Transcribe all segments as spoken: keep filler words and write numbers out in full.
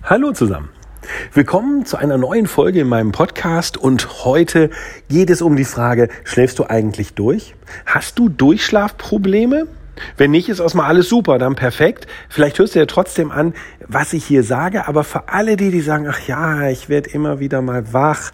Hallo zusammen. Willkommen zu einer neuen Folge in meinem Podcast und heute geht es um die Frage, schläfst du eigentlich durch? Hast du Durchschlafprobleme? Wenn nicht, ist erstmal alles super, dann perfekt. Vielleicht hörst du ja trotzdem an, was ich hier sage, aber für alle die, die sagen, ach ja, ich werde immer wieder mal wach,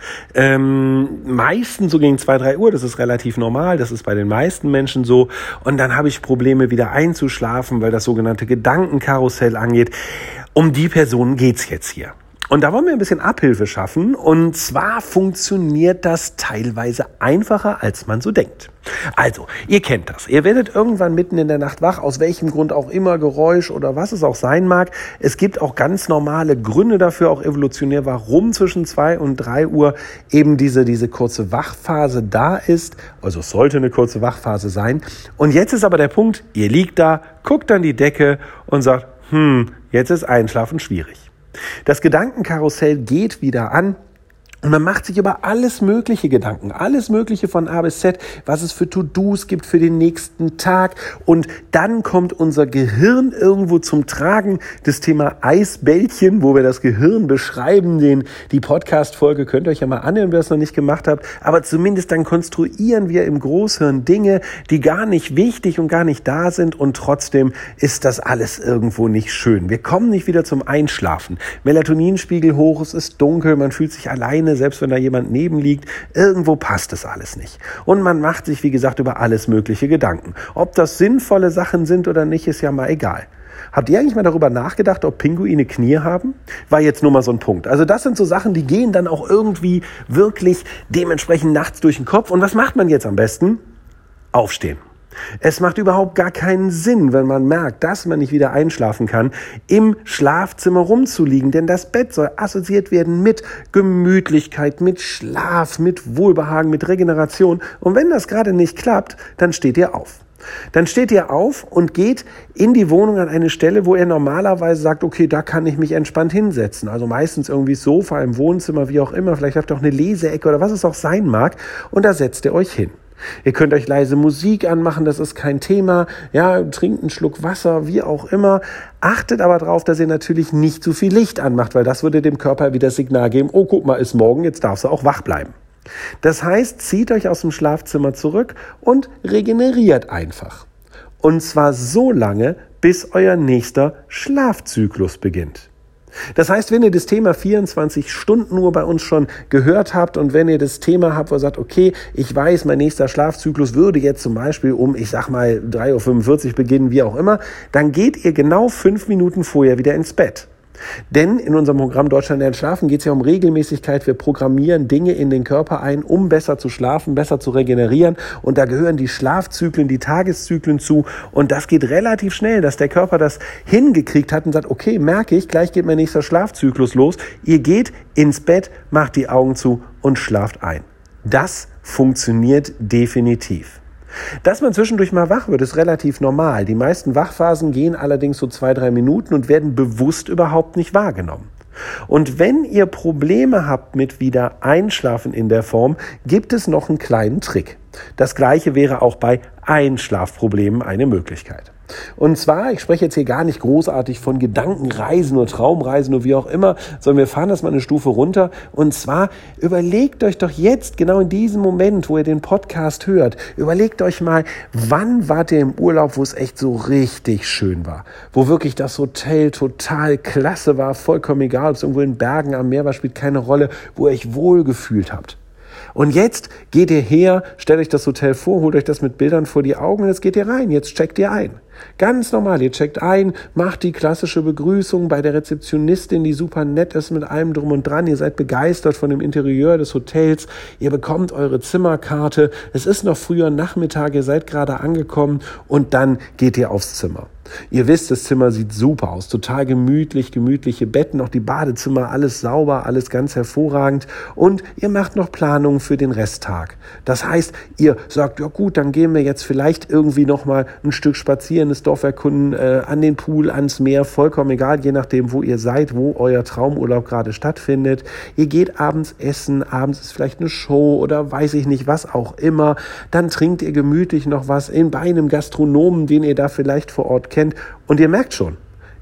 ähm, meistens so gegen zwei, drei Uhr, das ist relativ normal, das ist bei den meisten Menschen so, und dann habe ich Probleme wieder einzuschlafen, weil das sogenannte Gedankenkarussell angeht. Um die Personen geht's jetzt hier. Und da wollen wir ein bisschen Abhilfe schaffen. Und zwar funktioniert das teilweise einfacher, als man so denkt. Also, ihr kennt das. Ihr werdet irgendwann mitten in der Nacht wach, aus welchem Grund auch immer, Geräusch oder was es auch sein mag. Es gibt auch ganz normale Gründe dafür, auch evolutionär, warum zwischen zwei und drei Uhr eben diese, diese kurze Wachphase da ist. Also es sollte eine kurze Wachphase sein. Und jetzt ist aber der Punkt, ihr liegt da, guckt an die Decke und sagt, hm, jetzt ist Einschlafen schwierig. Das Gedankenkarussell geht wieder an und man macht sich über alles mögliche Gedanken, alles mögliche von A bis Z, was es für To-Dos gibt für den nächsten Tag, und dann kommt unser Gehirn irgendwo zum Tragen. Das Thema Eisbällchen, wo wir das Gehirn beschreiben, den, die Podcast-Folge könnt ihr euch ja mal anhören, wer es noch nicht gemacht habt, aber zumindest dann konstruieren wir im Großhirn Dinge, die gar nicht wichtig und gar nicht da sind, und trotzdem ist das alles irgendwo nicht schön. Wir kommen nicht wieder zum Einschlafen. Melatoninspiegel hoch, es ist dunkel, man fühlt sich alleine, selbst wenn da jemand neben liegt, irgendwo passt es alles nicht. Und man macht sich, wie gesagt, über alles mögliche Gedanken. Ob das sinnvolle Sachen sind oder nicht, ist ja mal egal. Habt ihr eigentlich mal darüber nachgedacht, ob Pinguine Knie haben? War jetzt nur mal so ein Punkt. Also das sind so Sachen, die gehen dann auch irgendwie wirklich dementsprechend nachts durch den Kopf. Und was macht man jetzt am besten? Aufstehen. Es macht überhaupt gar keinen Sinn, wenn man merkt, dass man nicht wieder einschlafen kann, im Schlafzimmer rumzuliegen. Denn das Bett soll assoziiert werden mit Gemütlichkeit, mit Schlaf, mit Wohlbehagen, mit Regeneration. Und wenn das gerade nicht klappt, dann steht ihr auf. Dann steht ihr auf und geht in die Wohnung an eine Stelle, wo ihr normalerweise sagt, okay, da kann ich mich entspannt hinsetzen. Also meistens irgendwie das Sofa im Wohnzimmer, wie auch immer. Vielleicht habt ihr auch eine Leseecke oder was es auch sein mag. Und da setzt ihr euch hin. Ihr könnt euch leise Musik anmachen, das ist kein Thema. Ja, trinkt einen Schluck Wasser, wie auch immer. Achtet aber darauf, dass ihr natürlich nicht zu viel Licht anmacht, weil das würde dem Körper wieder das Signal geben, oh, guck mal, ist morgen, jetzt darfst du auch wach bleiben. Das heißt, zieht euch aus dem Schlafzimmer zurück und regeneriert einfach. Und zwar so lange, bis euer nächster Schlafzyklus beginnt. Das heißt, wenn ihr das Thema vierundzwanzig-Stunden-Uhr bei uns schon gehört habt und wenn ihr das Thema habt, wo ihr sagt, okay, ich weiß, mein nächster Schlafzyklus würde jetzt zum Beispiel um, ich sag mal, drei Uhr fünfundvierzig beginnen, wie auch immer, dann geht ihr genau fünf Minuten vorher wieder ins Bett. Denn in unserem Programm Deutschland lernt schlafen geht es ja um Regelmäßigkeit. Wir programmieren Dinge in den Körper ein, um besser zu schlafen, besser zu regenerieren. Und da gehören die Schlafzyklen, die Tageszyklen zu. Und das geht relativ schnell, dass der Körper das hingekriegt hat und sagt, okay, merke ich, gleich geht mein nächster Schlafzyklus los. Ihr geht ins Bett, macht die Augen zu und schlaft ein. Das funktioniert definitiv. Dass man zwischendurch mal wach wird, ist relativ normal. Die meisten Wachphasen gehen allerdings so zwei, drei Minuten und werden bewusst überhaupt nicht wahrgenommen. Und wenn ihr Probleme habt mit wieder Einschlafen in der Form, gibt es noch einen kleinen Trick. Das Gleiche wäre auch bei Einschlafproblemen eine Möglichkeit. Und zwar, ich spreche jetzt hier gar nicht großartig von Gedankenreisen oder Traumreisen oder wie auch immer, sondern wir fahren das mal eine Stufe runter. Und zwar überlegt euch doch jetzt, genau in diesem Moment, wo ihr den Podcast hört, überlegt euch mal, wann wart ihr im Urlaub, wo es echt so richtig schön war, wo wirklich das Hotel total klasse war, vollkommen egal, ob es irgendwo in Bergen am Meer war, spielt keine Rolle, wo ihr euch wohl gefühlt habt. Und jetzt geht ihr her, stellt euch das Hotel vor, holt euch das mit Bildern vor die Augen und jetzt geht ihr rein, jetzt checkt ihr ein. Ganz normal, ihr checkt ein, macht die klassische Begrüßung bei der Rezeptionistin, die super nett ist mit allem drum und dran. Ihr seid begeistert von dem Interieur des Hotels, ihr bekommt eure Zimmerkarte, es ist noch früher Nachmittag, ihr seid gerade angekommen und dann geht ihr aufs Zimmer. Ihr wisst, das Zimmer sieht super aus, total gemütlich, gemütliche Betten, auch die Badezimmer, alles sauber, alles ganz hervorragend und ihr macht noch Planungen für den Resttag. Das heißt, ihr sagt, ja gut, dann gehen wir jetzt vielleicht irgendwie noch mal ein Stück spazieren, das Dorf erkunden, äh, an den Pool, ans Meer, vollkommen egal, je nachdem, wo ihr seid, wo euer Traumurlaub gerade stattfindet. Ihr geht abends essen, abends ist vielleicht eine Show oder weiß ich nicht, was auch immer. Dann trinkt ihr gemütlich noch was in, bei einem Gastronomen, den ihr da vielleicht vor Ort kennt und ihr merkt schon,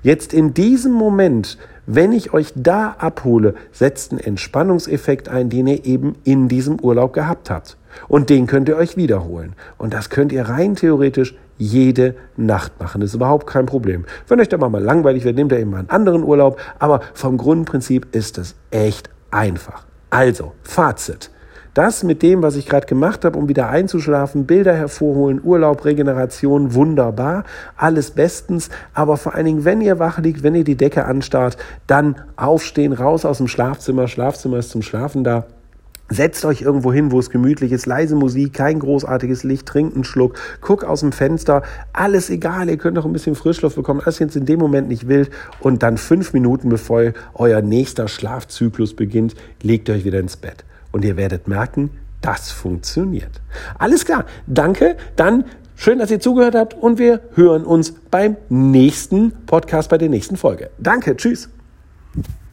Jetzt in diesem Moment, wenn ich euch da abhole, setzt einen Entspannungseffekt ein, den ihr eben in diesem Urlaub gehabt habt. Und den könnt ihr euch wiederholen. Und das könnt ihr rein theoretisch jede Nacht machen. Das ist überhaupt kein Problem. Wenn euch da mal langweilig wird, nehmt ihr eben mal einen anderen Urlaub. Aber vom Grundprinzip ist es echt einfach. Also, Fazit. Das mit dem, was ich gerade gemacht habe, um wieder einzuschlafen, Bilder hervorholen, Urlaub, Regeneration, wunderbar, alles bestens. Aber vor allen Dingen, wenn ihr wach liegt, wenn ihr die Decke anstarrt, dann aufstehen, raus aus dem Schlafzimmer. Schlafzimmer ist zum Schlafen da. Setzt euch irgendwo hin, wo es gemütlich ist, leise Musik, kein großartiges Licht, trinkt einen Schluck, guckt aus dem Fenster, alles egal, ihr könnt auch ein bisschen Frischluft bekommen, das ist jetzt in dem Moment nicht wild und dann fünf Minuten bevor euer nächster Schlafzyklus beginnt, legt ihr euch wieder ins Bett und ihr werdet merken, das funktioniert. Alles klar, danke, dann schön, dass ihr zugehört habt und wir hören uns beim nächsten Podcast, bei der nächsten Folge. Danke, tschüss.